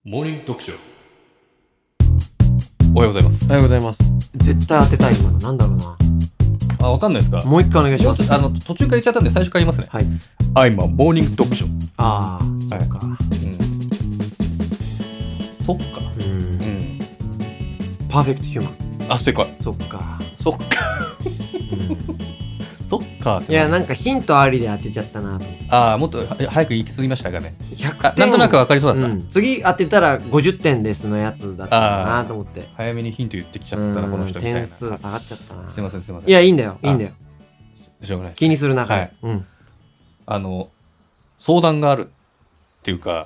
モーニング読書。おはようございます。 おはようございます。絶対当てたい今の。なんだろうな。 わかんないですか？ もう一回お願いします。 途中から言っちゃったんで最初から言いますね。 はい。 今、モーニング読書。 ああ、そうか。 そっか。 パーフェクトヒューマン。 正解。 そっか。 そっか。そっか。 いや、なんかヒントありで当てちゃったなと思って。 もっと早く行き過ぎましたかね。 100点。 なんとなく分かりそうだった。 次当てたら50点ですのやつだったなと思って。 早めにヒント言ってきちゃったな、この人みたいな。 点数下がっちゃったな。 すいません。いや、いいんだよ。いいんだよ。 しょうがないです。 気にする中で。 相談があるっていうか、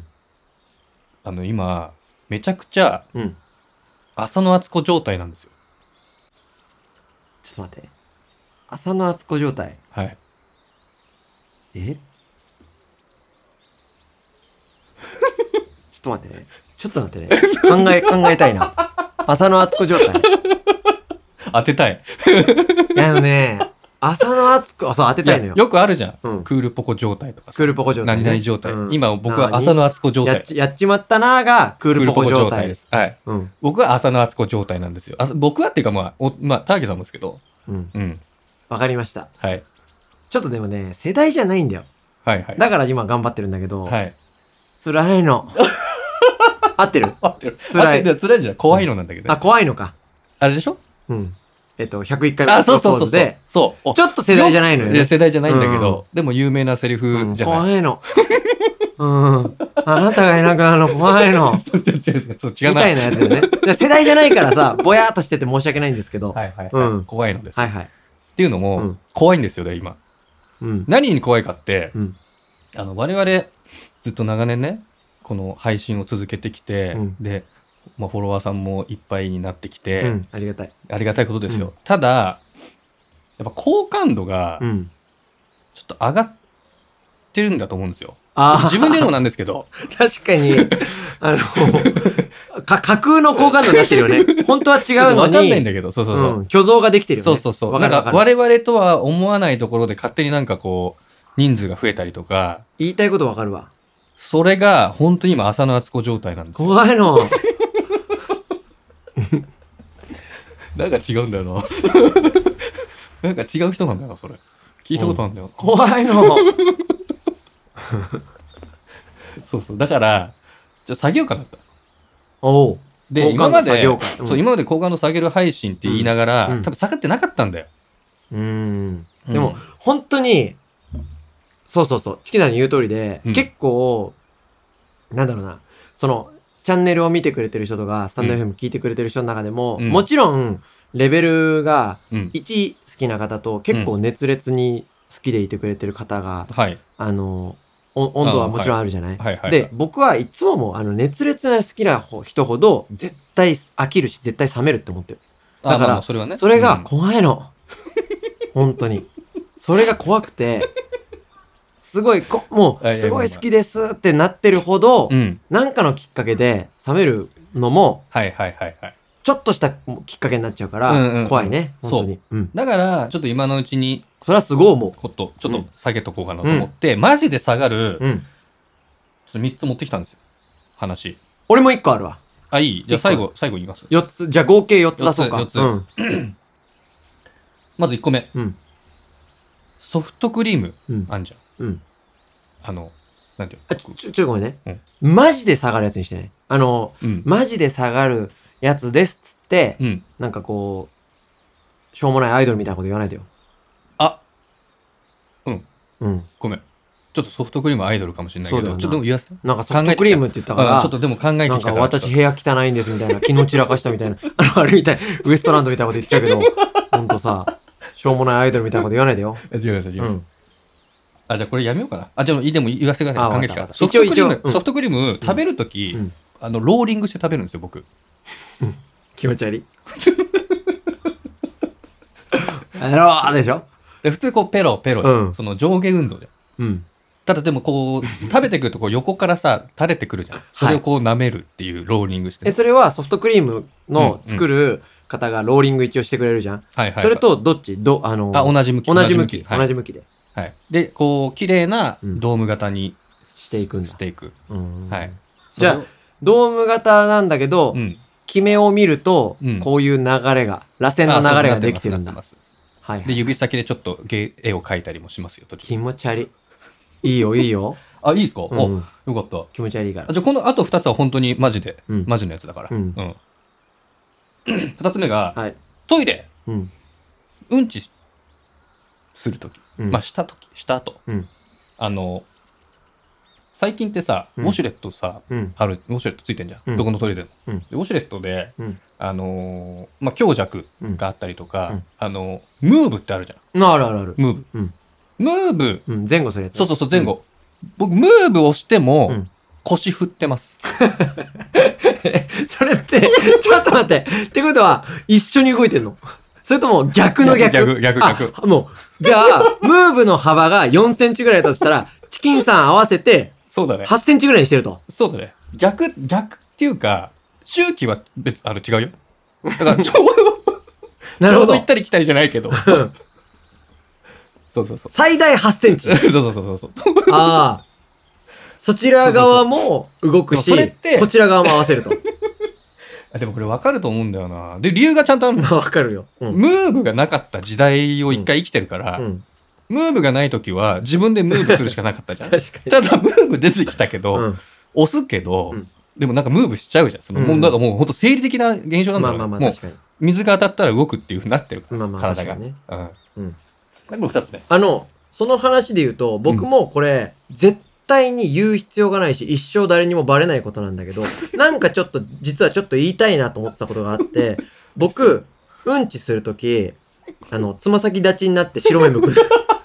今、めちゃくちゃ、浅野敦子状態なんですよ。 ちょっと待って。浅野敦子状態。 はい。 ちょっと待ってね。考えたいな。浅野敦子状態。 当てたい。 浅野敦子、そう、当てたいのよ。 よくあるじゃん。クールポコ状態とか。 クールポコ状態。 何々状態。今、僕は浅野敦子状態。 やっちまったなーが、クールポコ状態です。 はい。僕は浅野敦子状態なんですよ。僕はっていうか、ターゲさんもですけど。 わかりました。 はい。 ちょっとでもね、世代じゃないんだよ。 はいはい。 だから今頑張ってるんだけど。 はい。 辛いの。合ってる？ 合ってる。辛いじゃない。怖いのなんだけど。 怖いのか。 あれでしょ ？101回目。 そう。 で、そう。ちょっと世代じゃないのよね。 世代じゃないんだけど、でも有名なセリフじゃない。 怖いの。あなたがいなくなるの怖いの。 違う。 みたいなやつよね。世代じゃないからさ、ぼやーっとしてて申し訳ないんですけど。 はい。怖いのです。 はいはい。 っていうのも、怖いんですよね、今。何に怖いかって、我々、ずっと長年ね、この配信を続けてきて、で、フォロワーさんもいっぱいになってきて、 ありがたい。 ありがたいことですよ。ただ、やっぱ好感度が、ちょっと上がってるんだと思うんですよ。自分で言うのもなんですけど。 確かに、架空の好感度になってるよね。本当は違うのに。 わかんないんだけど、そう。 虚像ができてるよね。 そう。なんか我々とは思わないところで勝手になんかこう、人数が増えたりとか。 言いたいことわかるわ。 それが本当に今浅野敦子状態なんですよ。 怖いの。 なんか違うんだよな。なんか違う人なんだよな、それ。聞いたことあるんだよ。 怖いの。 そう。だから、下げようかなと。 おう。 で、今まで好感度下げる配信って言いながら、多分下がってなかったんだよ。 でも、本当に、そう。チキさんに言う通りで、結構、なんだろうな、チャンネルを見てくれてる人とか、スタンド FM 聞いてくれてる人の中でも、もちろん、レベルが、1好きな方と、結構熱烈に好きでいてくれてる方が、温度はもちろんあるじゃない。で、僕はいつも熱烈な好きな人ほど、絶対飽きるし、絶対冷めるって思ってる。だから、それが怖いの。本当に。それが怖くて、すごい好きですってなってるほど、なんかのきっかけで冷めるのも、ちょっとしたきっかけになっちゃうから、怖いね。本当に。 だから、ちょっと今のうちに、 それはすごい思う。 ちょっと下げとこうかなと思って、マジで下がる、ちょっと3つ持ってきたんですよ。話。 俺も1個あるわ。 いい？じゃあ最後言います。 4つ。じゃあ合計4つ出そうか。 4つ。まず1個目。ソフトクリーム、あんじゃん。なんていうの？ごめんね。マジで下がるやつにしてね。マジで下がるやつですっつって、なんかこう、しょうもないアイドルみたいなこと言わないでよ。 ごめん。ちょっとソフトクリームアイドルかもしれないけど、ちょっと言わせて。 なんかソフトクリームって言ったから、 ちょっとでも考えてきたから。 なんか私部屋汚いんですみたいな、昨日散らかしたみたいな、あれみたい、ウエストランドみたいなこと言っちゃうけど、ほんとさ、しょうもないアイドルみたいなこと言わないでよ。 違います。じゃあこれやめようかな。でも言わせてください。考えてきたから。ソフトクリーム食べるとき、ローリングして食べるんですよ、僕。 気持ち悪い。でしょ？ で普通こうペロペロ、その上下運動で。ただでもこう、食べてくるとこう横からさ、垂れてくるじゃん。それをこう舐めるっていうローリングして。 それはソフトクリームの作る方がローリング一応してくれるじゃん。それとどっち？同じ向き。同じ向きで。 で、こう、綺麗なドーム型にしていくんだ。 していく。 じゃあ、 ドーム型なんだけど、 うん。 キメを見るとうん、 こういう流れが、螺旋の流れができてるんだ。 ます。 はい、 で、指先でちょっと絵を描いたりもしますよ、途中。 気持ち悪い。いいよ、いいよ。 あ、いいですか、 うん、 お、よかった。 気持ち悪いから。 じゃあ、このあと2つは本当にマジで、 うん、 マジのやつだから。 うん。 2つ目が、 はい、 トイレ。 うん。 うんちするとき。 うん、 まあ、した後。 うん。 最近ってさ、ウォシュレットさ、 うん、 ウォシュレットついてんじゃん。 うん、 どこのトイレでも。 うん、 でウォシュレットで、 うん、 まあ、強弱があったりとか、ムーブってあるじゃん。 あるあるある。 ムーブ。 うん。 ムーブ。 うん、前後するやつ。 そうそうそう、前後。僕、ムーブをしても、腰振ってます。 それって、ちょっと待って。ってことは、一緒に動いてんの？それとも逆の逆？ 逆。 もう、じゃあ、ムーブの幅が4センチぐらいだとしたら、チキンさん合わせて、 そうだね。 8センチぐらいにしてると。 そうだね。逆っていうか、周期は違うよ。だから、ちょうど、 なるほど。 ちょうど行ったり来たりじゃないけど。そう。 最大8センチ。 そう。 ああ。そちら側も動くし、 それってこちら側も合わせると。 でもこれ分かると思うんだよな。で、理由がちゃんとあるの。 わかるよ。 ムーブがなかった時代を一回生きてるから、ムーブがない時は自分でムーブするしかなかったじゃん。 確かに。 ただ、ムーブ出てきたけど、押すけど、でもなんかムーブしちゃうじゃん。その、もうなんかもう本当生理的な現象なんだろうね。 まあ確かに。 水が当たったら動くっていう風になってるから、体が。 ね。 これ2つね。 その話で言うと、僕もこれ、絶対に言う必要がないし、一生誰にもバレないことなんだけど、なんかちょっと、実はちょっと言いたいなと思ってたことがあって、僕、うんちするとき、つま先立ちになって白目向く。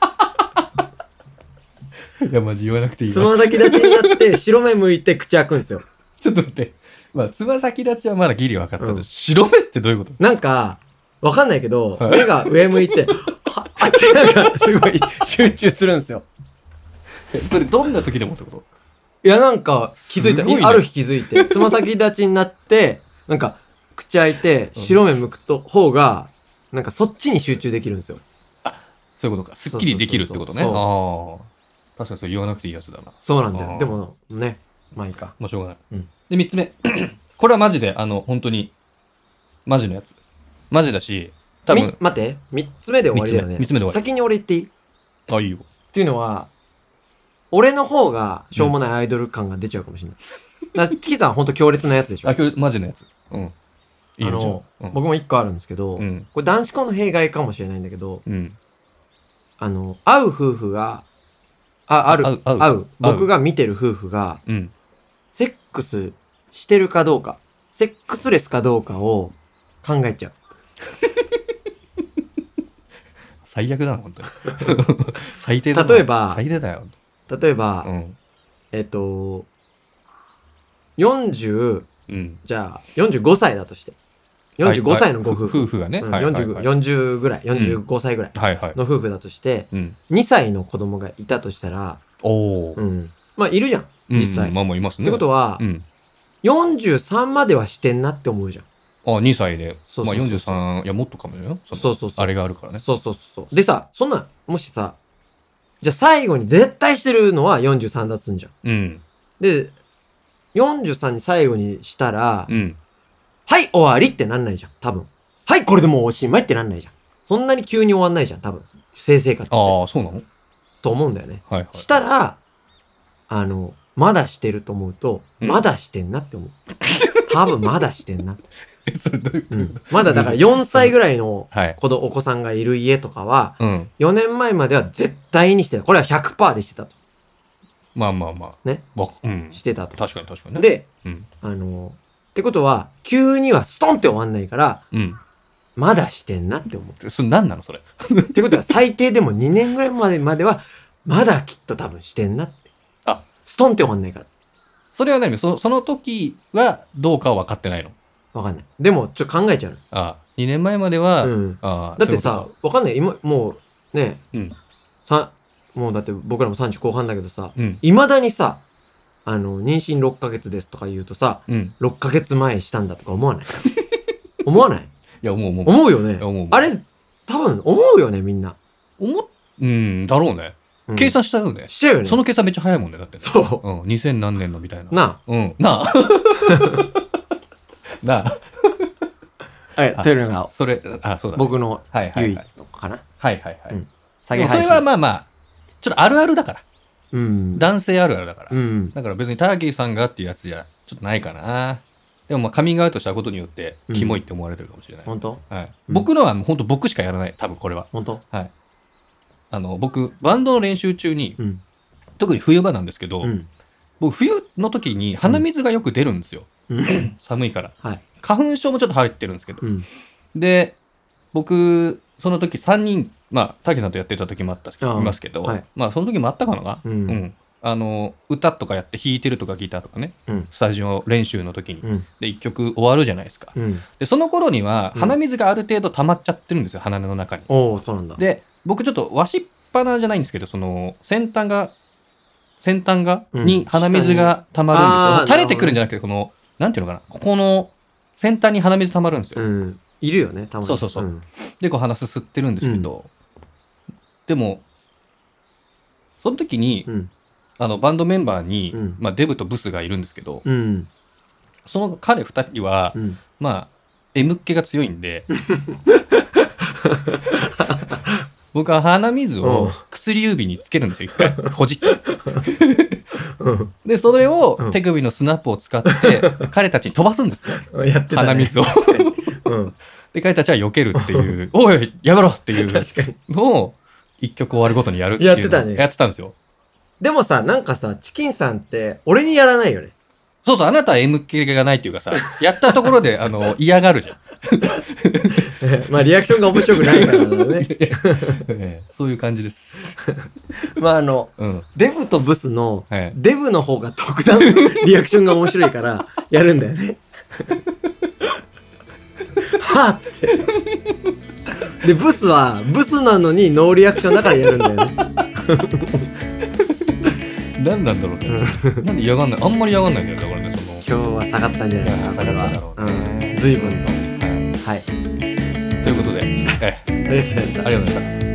いや、マジ言わなくていいわ。 つま先立ちになって白目向いて口開くんですよ。 ちょっと待って。まあ、つま先立ちはまだギリ分かったけど、白目ってどういうこと？ なんか、わかんないけど、目が上向いて、あってなんかすごい集中するんですよ。 それどんな時でもってこと？ いや、なんか気づいた。 ね、 ある日気づいて、つま先立ちになって、なんか口開いて白目向くと方が、なんかそっちに集中できるんですよ。 あ、そういうことか。すっきりできるってことね。ああ。確かにそれ言わなくていいやつだな。 そうなんだよ。でもね、まあいいか。 もうしょうがない。で、3つ目。これはマジで、本当に、マジのやつ。マジだし、多分。 待って、3つ目で終わりだよね。 3つ目で終わり。 先に俺言っていい？ あ、いいよ。 っていうのは、俺の方がしょうもないアイドル感が出ちゃうかもしれない。だからチキさんほんと強烈なやつでしょ？ マジのやつ。うん。いいよ。 僕も1個あるんですけど、これ男子校の弊害かもしれないんだけど、会う夫婦が、僕が見てる夫婦が、セックスしてるかどうか、セックスレスかどうかを考えちゃう。 最悪だな、本当に。最低だな。 例えば、 最低だよ。 例えば、40、じゃあ、45歳だとして。45歳のご夫婦。 夫婦がね。 40ぐらい、45歳ぐらいの夫婦だとして、2歳の子供がいたとしたら、まあ、いるじゃん、実際。 まあまあいますね。 ってことは、43まではしてんなって思うじゃん。 あ、2歳で。まあ43、いや、もっとかもよ。 そう。 あれがあるからね。 そう。でさ、そんな、もしさ、じゃあ最後に絶対してるのは43だとすんじゃん。で、43に最後にしたら、はい、終わりってなんないじゃん、多分。はい、これでもうおしまいってなんないじゃん。そんなに急に終わんないじゃん、多分。性生活って。 ああ、そうなの？ と思うんだよね。 はい。 したら、まだしてると思うと、まだしてんなって思う。多分まだしてんな。 それどういうこと？ まだだから4歳ぐらいのお子さんがいる家とかは、4年前までは絶対にしてた。これは 100% でしてたと。 まあ。 ね。してたと。 確かにね。 で、ってことは、急にはストンって終わんないから、まだしてんなって思う。 それ何なのそれ。 ってことは最低でも2年ぐらいまでは、まだきっと多分してんなって。ストンって終わんないから。 それは何？その時はどうかは分かってないの？ 分かんない。でも、ちょっと考えちゃう。 2年前までは、 だってさ、分かんない。今、もう、ね、もうだって僕らも30後半だけどさ、未だにさ、妊娠6ヶ月ですとか言うとさ、6ヶ月前したんだとか思わない思わない？いや、思うよね。あれ、多分思うよね、みんな。 だろうね。 計算しちゃうよね。 しちゃうよね。 その計算めっちゃ早いもんね、だって。 そう。 2000何年のみたいな。 なあ。 うん。なあ。なあ。 はい、というのが、 それ、そうだ。 僕の唯一のかな。 はいはいはい。 下げ配信。 それはまあまあ、ちょっとあるあるだから。 うん。 男性あるあるだから。 うん。 だから別にターキーさんがっていうやつじゃ、ちょっとないかな。でもまあカミングアウトしたことによって、キモいって思われてるかもしれない。 本当？ はい。僕のは本当僕しかやらない。多分これは。 本当？ はい。僕、バンドの練習中に、特に冬場なんですけど、僕、冬の時に鼻水がよく出るんですよ。寒いから。花粉症もちょっと入ってるんですけど。で、僕、その時3人、まあ、タケさんとやってた時もいますけど、まあ、その時もあったかな。歌とかやって弾いてるとかギターとかね、スタジオ練習の時に。で、1曲終わるじゃないですか。で、その頃には、鼻水がある程度溜まっちゃってるんですよ、鼻の中に。 そうなんだ。 で、僕ちょっとわしっぱなじゃないんですけど、その先端がに鼻水が溜まるんですよ。垂れてくるんじゃなくて、この、なんていうのかな、ここの先端に鼻水溜まるんですよ。 いるよね、たまに。 そう。で、こう鼻すすってるんですけど、でも、その時に、バンドメンバーに、まあ、デブとブスがいるんですけど、その彼2人は、まあ、M っ気が強いんで、僕は鼻水を薬指につけるんですよ、一回。ほじって。で、それを手首のスナップを使って、彼たちに飛ばすんですね。やってたね。 鼻水を。で、彼たちは避けるっていう、おい、やめろっていうのを、一曲終わるごとにやるっていうのをやってたんですよ。 でもさ、なんかさ、チキンさんって、俺にやらないよね。 そうそう、あなたは M 系がないっていうかさ、やったところで、嫌がるじゃん。 まあ、リアクションが面白くないからね。 そういう感じです。 まあ、デブとブスの、デブの方が特段リアクションが面白いから、やるんだよね。はぁっつって。で、ブスは、ブスなのにノーリアクションだからやるんだよね。 何なんだろうね。なんで嫌がんない、あんまり嫌がんないんだよ、だからね、 今日は下がったんじゃないですか。 下がっただろうね。 随分と。はい。 ということで、 ありがとうございました。 ありがとうございました。